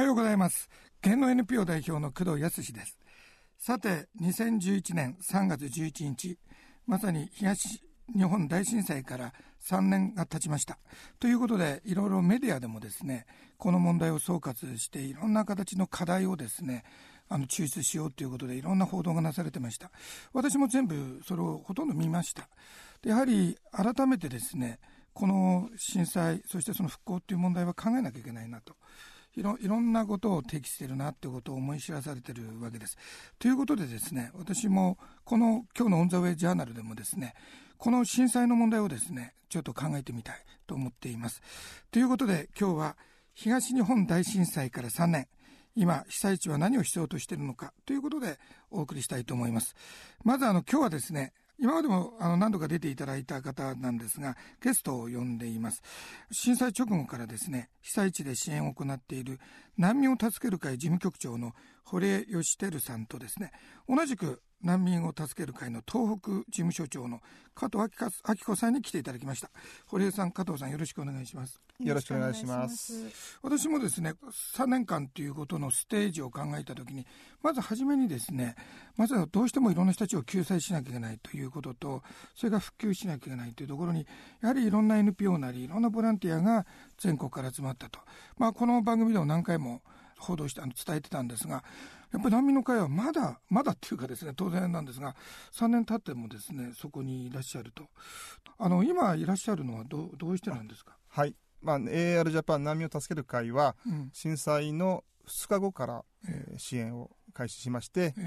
ようございます。県の NPO 代表の工藤康です。さて、2011年3月11日、まさに東日本大震災から3年が経ちました。ということで、いろいろメディアでもですね、この問題を総括して、いろんな形の課題をですね、抽出しようということで、いろんな報道がなされてました。私も全部それをほとんど見ました。で、やはり改めてですね、この震災、そしてその復興という問題は考えなきゃいけないなと。いろんなことを提起しているなということを思い知らされているわけです。ということでですね、私もこの今日のオンザウェイジャーナルでもですね、この震災の問題をですね、ちょっと考えてみたいと思っています。ということで今日は東日本大震災から3年、今被災地は何を必要としているのかということでお送りしたいと思います。まず今日はですね、今までも何度か出ていただいた方なんですが、ゲストを呼んでいます。震災直後からですね、被災地で支援を行っている難民を助ける会事務局長の堀江義輝さんとですね、同じく難民を助ける会の東北事務所長の加藤明子さんに来ていただきました。堀江さん、加藤さん、よろしくお願いします。 よろしくお願いします。 私もですね、3年間ということのステージを考えたときに、まず初めにですね、まずはどうしてもいろんな人たちを救済しなきゃいけないということと、それが復旧しなきゃいけないというところに、やはりいろんな NPO なり、いろんなボランティアが全国から集まったと。この番組でも何回も報道して伝えてたんですが、やっぱり難民の会はまだっていうかですね、当然なんですが、3年経ってもですね、そこにいらっしゃると。今いらっしゃるのはどうしてなんですか？ はい。AR ジャパン難民を助ける会は、震災の2日後から、支援を開始しまして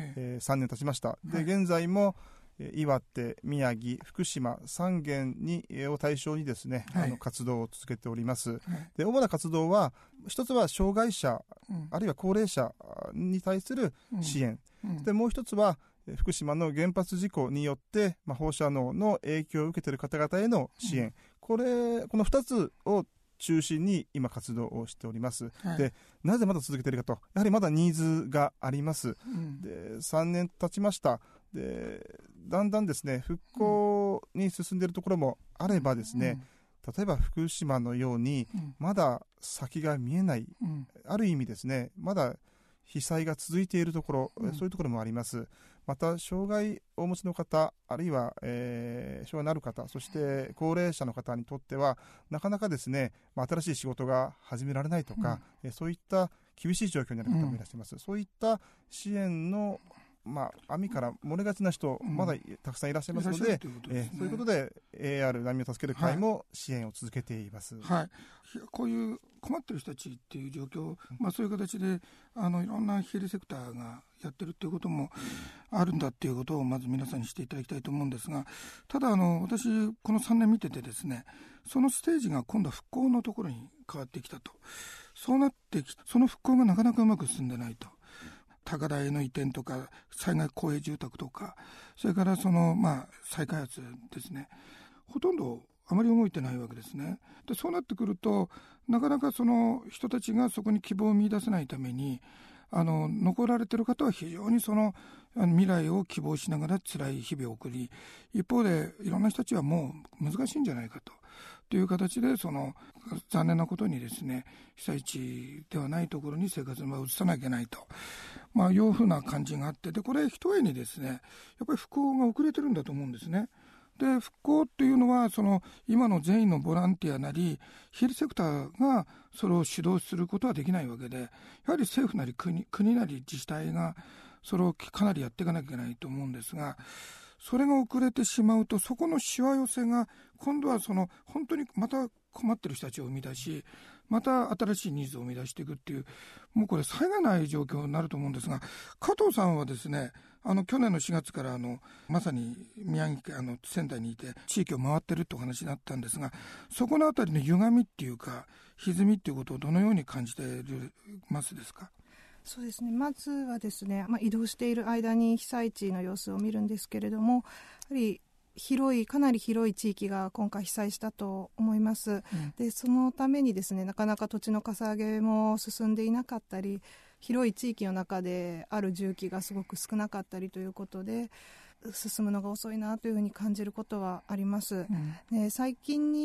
、3年経ちました。で、現在も、岩手、宮城、福島3県を対象にですね、活動を続けております。で、主な活動は、一つは障害者、あるいは高齢者に対する支援。で、もう一つは、福島の原発事故によって、放射能の影響を受けている方々への支援。この二つを中心に今活動をしております。で、なぜまだ続けているかと、やはりまだニーズがあります。で、3年経ちました。で、だんだんですね、復興に進んでいるところもあればですね、例えば福島のように、まだ先が見えない、ある意味ですね、まだ被災が続いているところ、そういうところもあります。また、障害をお持ちの方、あるいは、障害のある方、そして高齢者の方にとっては、なかなかですね、新しい仕事が始められないとか、そういった厳しい状況にある方もいらっしゃいます。そういった支援の網から漏れがちな人、まだたくさんいらっしゃいますので、そういうことで AR 難民を助ける会も支援を続けています。 はい。こういう困っている人たちっていう状況、そういう形で、いろんな非営利セクターがやってるっていうこともあるんだっていうことをまず皆さんにしていただきたいと思うんですが、ただ私、この3年見ててですね、そのステージが今度は復興のところに変わってきたと。そうなってその復興がなかなかうまく進んでないと。高台への移転とか、災害公営住宅とか、それから再開発ですね。ほとんどあまり動いてないわけですね。で、そうなってくると、なかなかその人たちがそこに希望を見出せないために、残られている方は非常にその未来を希望しながら辛い日々を送り、一方でいろんな人たちはもう難しいんじゃないかという形で、残念なことにですね、被災地ではないところに生活を移さなきゃいけないと、いうふうな感じがあって、で、これ一重にですね、やっぱり復興が遅れてるんだと思うんですね。で、復興っていうのは、今の善意のボランティアなり、非営利セクターがそれを主導することはできないわけで、やはり政府なり国なり自治体が、それをかなりやっていかなきゃいけないと思うんですが、それが遅れてしまうと、そこのしわ寄せが、今度は本当にまた困ってる人たちを生み出し、また新しいニーズを生み出していくっていう、もうこれ際がない状況になると思うんですが、加藤さんはですね、去年の4月からまさに宮城県仙台にいて地域を回ってるってお話になったんですが、そこのあたりの歪みっていうか、歪みっていうことをどのように感じていますですか？ そうですね。まずはですね、移動している間に被災地の様子を見るんですけれども、やはりかなり広い地域が今回被災したと思います。で、そのためにですね、なかなか土地のかさ上げも進んでいなかったり、広い地域の中である重機がすごく少なかったりということで、進むのが遅いなというふうに感じることはあります。で、最近になって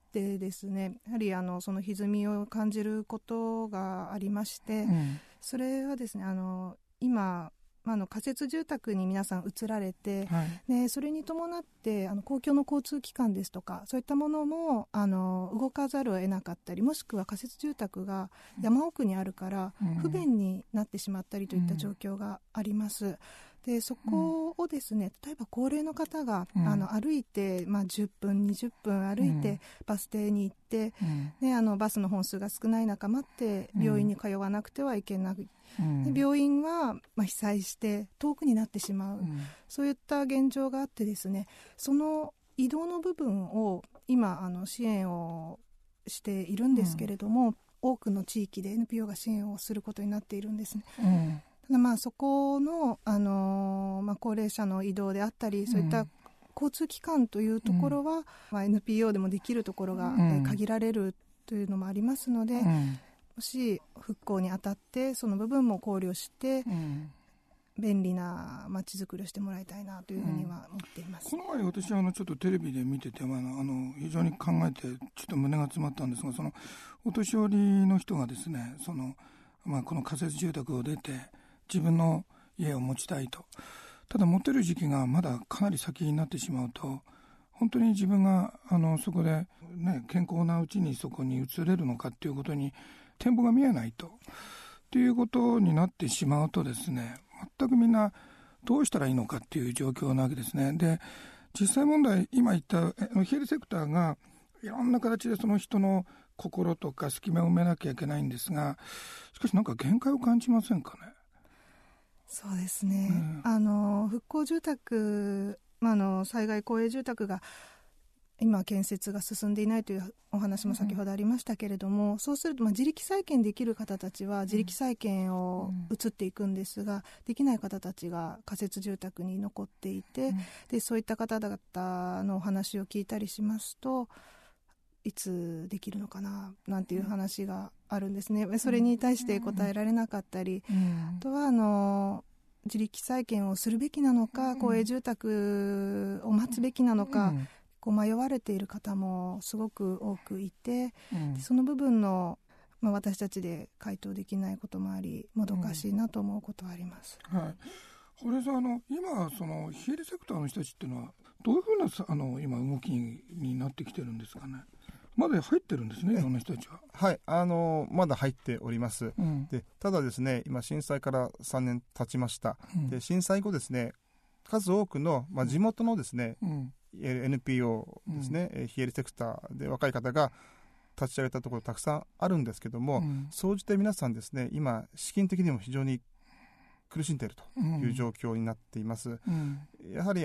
ってですね、やはりその歪みを感じることがありまして、それはですね、今仮設住宅に皆さん移られて、はい、でそれに伴って公共の交通機関ですとかそういったものも動かざるを得なかったり、もしくは仮設住宅が山奥にあるから不便になってしまったりといった状況があります。でそこをですね、例えば高齢の方が、歩いて、10分20分歩いてバス停に行って、でバスの本数が少ない中待って病院に通わなくてはいけない、で病院は、被災して遠くになってしまう、そういった現状があってですね、その移動の部分を今支援をしているんですけれども、多くの地域で NPO が支援をすることになっているんですね。そこの、高齢者の移動であったり、そういった交通機関というところは、NPO でもできるところが、限られるというのもありますので、もし復興にあたってその部分も考慮して、便利な街づくりをしてもらいたいなというふうには思っています。 この前私ちょっとテレビで見てて、非常に考えてちょっと胸が詰まったんですが、そのお年寄りの人がですね、この仮設住宅を出て自分の家を持ちたいと。ただ持てる時期がまだかなり先になってしまうと、本当に自分がそこで、健康なうちにそこに移れるのかっていうことに展望が見えないということになってしまうとですね、全くみんなどうしたらいいのかっていう状況なわけですね。で、実際問題、今言った非営利セクターがいろんな形でその人の心とか隙間を埋めなきゃいけないんですが、しかしなんか限界を感じませんかね。 そうですね、復興住宅、災害公営住宅が今建設が進んでいないというお話も先ほどありましたけれども、そうすると自力再建できる方たちは自力再建を移っていくんですが、できない方たちが仮設住宅に残っていて、でそういった方々のお話を聞いたりしますと、いつできるのかななんていう話があるんですね。それに対して答えられなかったり、あとは自力再建をするべきなのか、公営住宅を待つべきなのか、迷われている方もすごく多くいて、その部分の、私たちで回答できないこともあり、もどかしいなと思うことはあります。 堀江さん、今その非営利セクターの人たちっていうのはどういうふうな今動きになってきてるんですかね。まだ入ってるんですね、いろんな人たちは。 はい、まだ入っております。でただですね、今震災から3年経ちました。で震災後ですね、数多くの、地元のですね、NPO ですね、非営利セクターで若い方が立ち上げたところたくさんあるんですけども、総じて皆さんですね、今資金的にも非常に苦しんでいるという状況になっています。やはり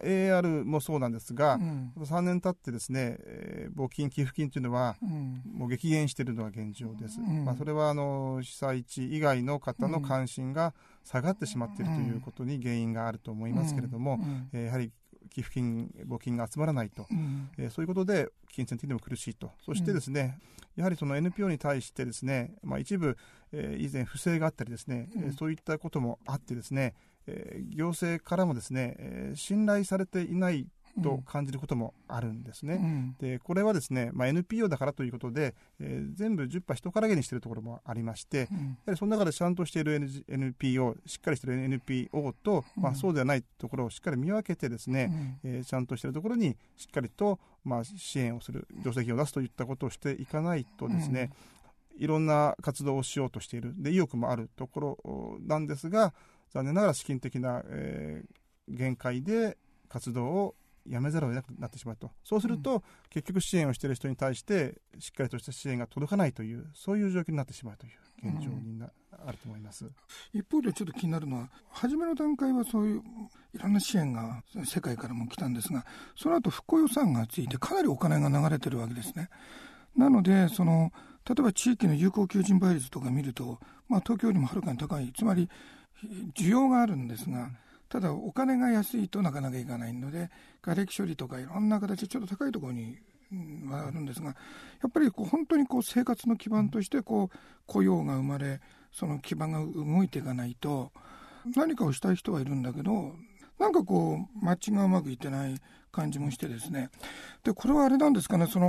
AR もそうなんですが、3年経ってですね、募金寄付金というのはもう激減しているのが現状です。それは被災地以外の方の関心が下がってしまっているということに原因があると思いますけれども、やはり寄付金募金が集まらないと、そういうことで金銭的にも苦しいと。そしてですね、やはりその NPO に対してですね、一部、以前不正があったりですね、そういったこともあってですね、行政からもですね、信頼されていないと感じることもあるんですね。でこれはですね、NPO だからということで、全部10羽人からげにしているところもありまして、やはりその中でちゃんとしている NPO、しっかりしている NPO と、そうではないところをしっかり見分けてですね、ちゃんとしているところにしっかりと、支援をする、助成金を出すといったことをしていかないとですね、いろんな活動をしようとしている、で意欲もあるところなんですが、残念ながら資金的な、限界で活動をやめざるを得なくなってしまうと。そうすると、結局支援をしている人に対してしっかりとした支援が届かないという、そういう状況になってしまうという現状にあると思います。 一方でちょっと気になるのは、初めの段階はそういういろんな支援が世界からも来たんですが、その後復興予算がついてかなりお金が流れてるわけですね。なので例えば地域の有効求人倍率とか見ると、東京よりもはるかに高い、つまり需要があるんですが、ただお金が安いとなかなかいかないので、瓦礫処理とかいろんな形でちょっと高いところにはあるんですが、やっぱり本当に生活の基盤として雇用が生まれ、その基盤が動いていかないと、何かをしたい人はいるんだけど、なんかマッチングがうまくいってない感じもしてですね。でこれはあれなんですかね、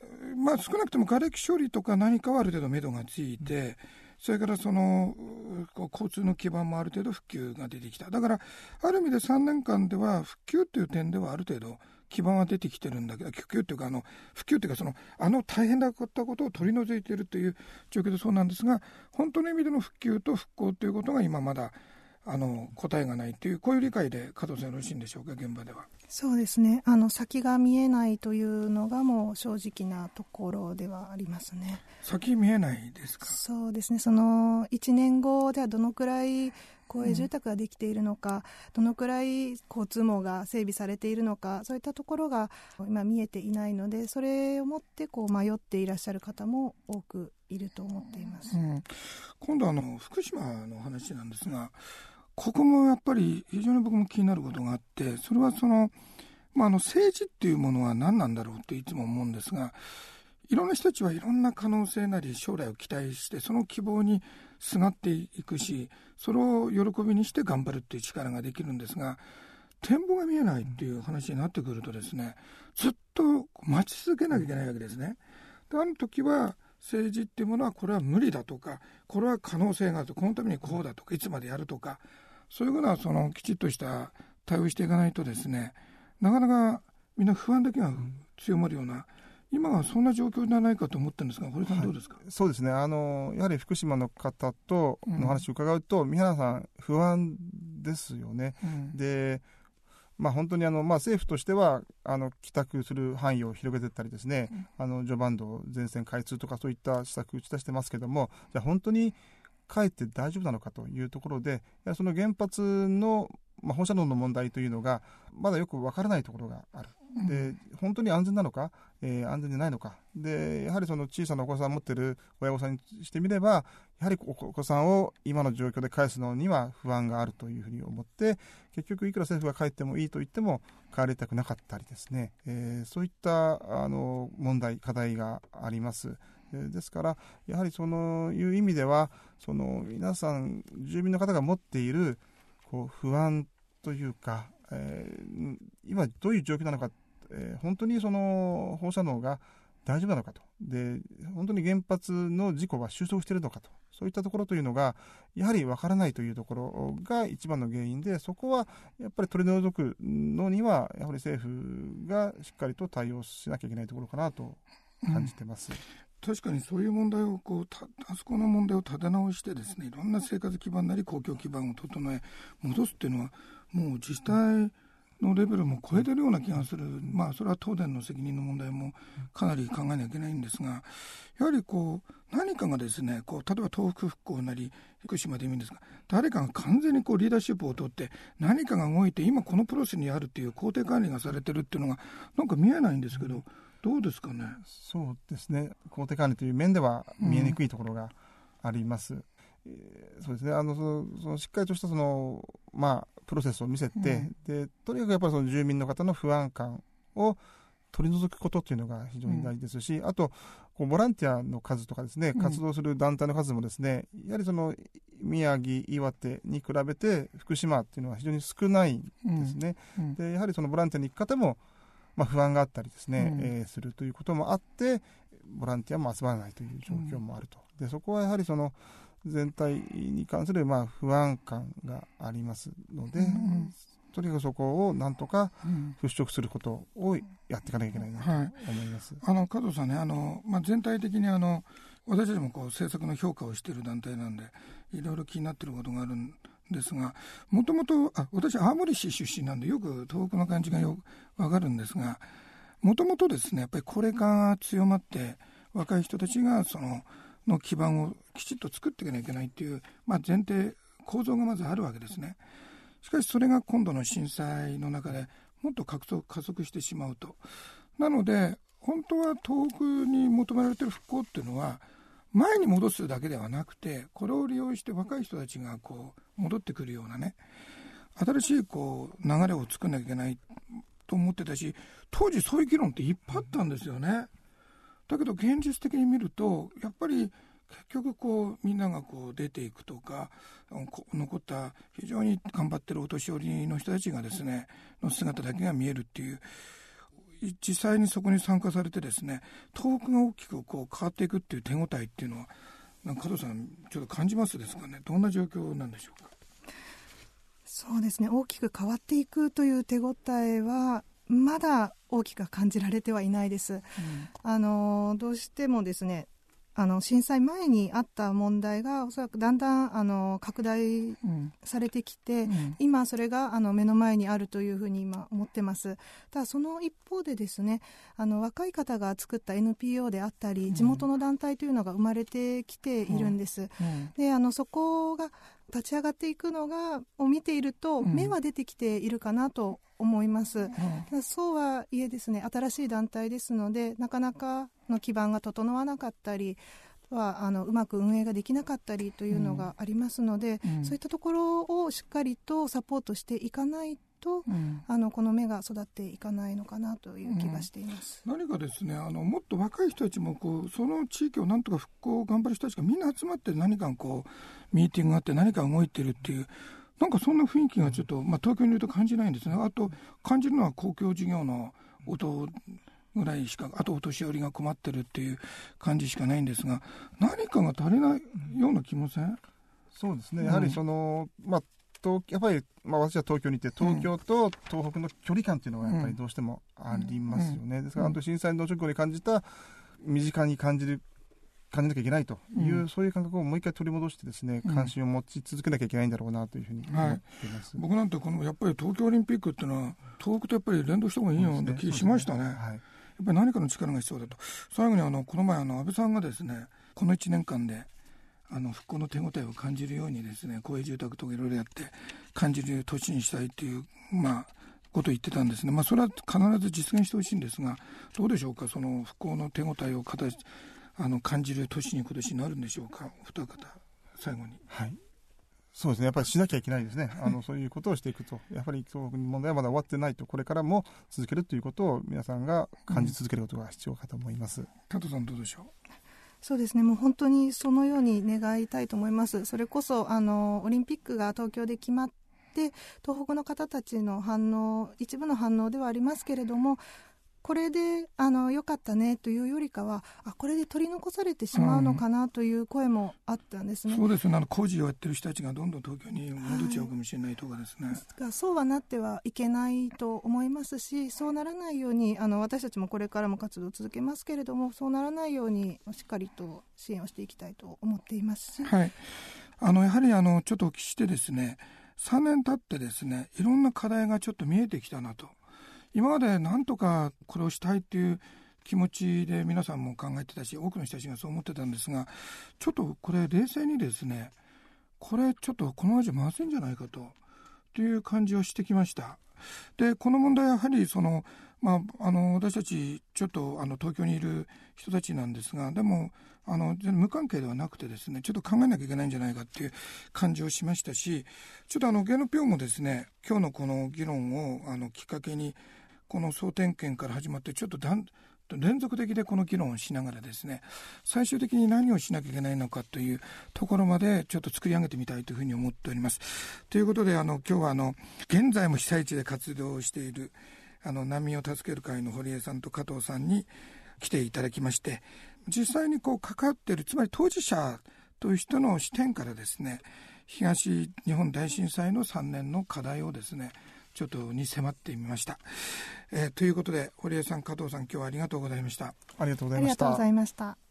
少なくとも瓦礫処理とか何かはある程度目処がついて、それからその交通の基盤もある程度復旧が出てきた。だからある意味で3年間では復旧という点ではある程度基盤は出てきてるんだけど、復旧というか復旧というか大変だったことを取り除いているという状況でそうなんですが、本当の意味での復旧と復興ということが今まだ答えがないという、こういう理解で加藤さんよろしいんでしょうか、現場では。 そうですね、先が見えないというのがもう正直なところではありますね。 先見えないですか。 そうですね、その1年後ではどのくらい公営住宅ができているのか、どのくらい交通網が整備されているのか、そういったところが今見えていないので、それをもって迷っていらっしゃる方も多くいると思っています。 今度福島の話なんですが、ここもやっぱり非常に僕も気になることがあって、それは政治っていうものは何なんだろうっていつも思うんですが、いろんな人たちはいろんな可能性なり将来を期待して、その希望にすがっていくし、それを喜びにして頑張るっていう力ができるんですが、展望が見えないっていう話になってくるとですね、ずっと待ち続けなきゃいけないわけですね。で、ある時は政治っていうものはこれは無理だとか、これは可能性があると、このためにこうだとか、いつまでやるとか、そういうふうなきちっとした対応していかないとですね、なかなかみんな不安だけが強まるような、今はそんな状況ではないかと思ってるんですが、堀さんどうですか。 そうですね、やはり福島の方との話を伺うと、宮原さん不安ですよね。で、本当に政府としては帰宅する範囲を広げていったりですね、序盤道全線開通とかそういった施策を打ち出してますけども、じゃあ本当に帰って大丈夫なのかというところで、その原発の放射能の問題というのがまだよく分からないところがある。で、本当に安全なのか、安全でないのかで、やはりその小さなお子さんを持っている親御さんにしてみれば、やはりお子さんを今の状況で返すのには不安があるというふうに思って、結局いくら政府が帰ってもいいと言っても帰りたくなかったりですね、そういった問題課題があります。ですからやはりそのいう意味では、その皆さん住民の方が持っている不安というか、今どういう状況なのか、本当にその放射能が大丈夫なのかと、で本当に原発の事故は収束しているのかと、そういったところというのがやはり分からないというところが一番の原因で、そこはやっぱり取り除くのにはやはり政府がしっかりと対応しなきゃいけないところかなと感じてます。 確かにそういう問題をあそこの問題を立て直してですね、いろんな生活基盤なり公共基盤を整え戻すっていうのはもう自治体のレベルも超えてるような気がする。それは東電の責任の問題もかなり考えなきゃいけないんですが、やはり何かがですね、例えば東北復興なり福島でもいいんですが、誰かが完全にリーダーシップを取って何かが動いて今このプロセスにあるっていう工程管理がされてるっていうのがなんか見えないんですけど、どうですかね。 そうですね、工程管理という面では見えにくいところがあります。そうですね、そのしっかりとしたプロセスを見せて、でとにかくやっぱりその住民の方の不安感を取り除くことというのが非常に大事ですし、あとボランティアの数とかですね、活動する団体の数もですね、やはりその宮城、岩手に比べて福島っていうのは非常に少ないんですね。でやはりそのボランティアに行く方も不安があったりですね、するということもあってボランティアも集まらないという状況もあると。でそこはやはりその全体に関する不安感がありますので、とにかくそこをなんとか払拭することをやっていかなきゃいけないなと思います。 加藤さんね、全体的に私たちも政策の評価をしている団体なんでいろいろ気になっていることがあるんですが、もともと私青森市出身なんでよく東北の感じがよくわかるんですが、もともとですね、やっぱり高齢化が強まって若い人たちがその基盤をきちっと作っていかなきゃいけないっていう、前提構造がまずあるわけですね。しかしそれが今度の震災の中でもっと加速してしまうと。なので本当は東北に求められている復興っていうのは前に戻すだけではなくて、これを利用して若い人たちが戻ってくるようなね、新しい流れを作んなきゃいけないと思ってたし、当時そういう議論っていっぱいあったんですよね。だけど現実的に見るとやっぱり結局みんなが出ていくとか、残った非常に頑張ってるお年寄りの人たちがですねの姿だけが見えるっていう、 実際にそこに参加されてですね、東北が大きくこう変わっていくっていう手応えっていうのは加藤さんちょっと感じますですかね。どんな状況なんでしょうか。 そうですね、大きく変わっていくという手応えはまだ大きく感じられてはいないです、どうしてもですね、震災前にあった問題がおそらくだんだん拡大されてきて、今それが目の前にあるというふうに今思ってます。ただその一方でですね、若い方が作った NPO であったり地元の団体というのが生まれてきているんです、でそこが立ち上がっていくのを見ていると芽は出てきているかなと思います、そうはいえですね、新しい団体ですのでなかなかの基盤が整わなかったりはうまく運営ができなかったりというのがありますので、そういったところをしっかりとサポートしていかないと、この芽が育っていかないのかなという気がしています、 何かですね、もっと若い人たちもその地域をなんとか復興を頑張る人たちがみんな集まって何かミーティングがあって何か動いてるっていうなんかそんな雰囲気がちょっと、東京にいると感じないんですね。あと感じるのは公共事業の音ぐらいしか、あとお年寄りが困ってるっていう感じしかないんですが、何かが足りないような気もせん？ そうですね、やはりやっぱり、私は東京にいて東京と東北の距離感というのがやっぱりどうしてもありますよね、ですから震災の直後に感じた身近に感じなきゃいけないという、そういう感覚をもう一回取り戻してですね、関心を持ち続けなきゃいけないんだろうなというふうに思っています、 僕なんてやっぱり東京オリンピックっていうのは東北とやっぱり連動した方がいいような気がしましたね。やっぱり何かの力が必要だと。最後にこの前安倍さんがですね、この1年間で復興の手応えを感じるようにですね、公営住宅とかいろいろやって感じる土地にしたいっていうことを言ってたんですね。それは必ず実現してほしいんですが、どうでしょうか。その復興の手応えを感じる年に今年になるんでしょうか。二方最後に。 そうですね、やっぱりしなきゃいけないですね。そういうことをしていくと、やっぱり東北の問題はまだ終わってないと、これからも続けるということを皆さんが感じ続けることが必要かと思います。 加藤さんどうでしょう。 そうですね、もう本当にそのように願いたいと思います。それこそオリンピックが東京で決まって東北の方たちの反応、一部の反応ではありますけれども、これで良かったねというよりかは、これで取り残されてしまうのかなという声もあったんですね。 そうですね、工事をやってる人たちがどんどん東京に戻っちゃうかもしれないとかですね、 そうはなってはいけないと思いますし、そうならないように私たちもこれからも活動を続けますけれども、そうならないようにしっかりと支援をしていきたいと思っていますし、 やはりちょっとお聞きしてですね、3年経ってですね、いろんな課題がちょっと見えてきたなと。今までなんとかこれをしたいっていう気持ちで皆さんも考えてたし、多くの人たちがそう思ってたんですが、ちょっとこれ冷静にですね、これちょっとこのままじゃまずいんじゃないかという感じをしてきました。でこの問題はやはり私たちちょっと東京にいる人たちなんですが、でも全然無関係ではなくてですね、ちょっと考えなきゃいけないんじゃないかっていう感じをしましたし、ちょっと芸能票もですね、今日のこの議論をきっかけにこの総点検から始まってちょっと連続的でこの議論をしながらですね、最終的に何をしなきゃいけないのかというところまでちょっと作り上げてみたいというふうに思っております。ということで今日は現在も被災地で活動している難民を助ける会の堀江さんと加藤さんに来ていただきまして、実際に関わっている、つまり当事者という人の視点からですね、東日本大震災の3年の課題をですねちょっとに迫ってみました。ということで堀江さん、加藤さん、今日はありがとうございました。 ありがとうございました。 ありがとうございました。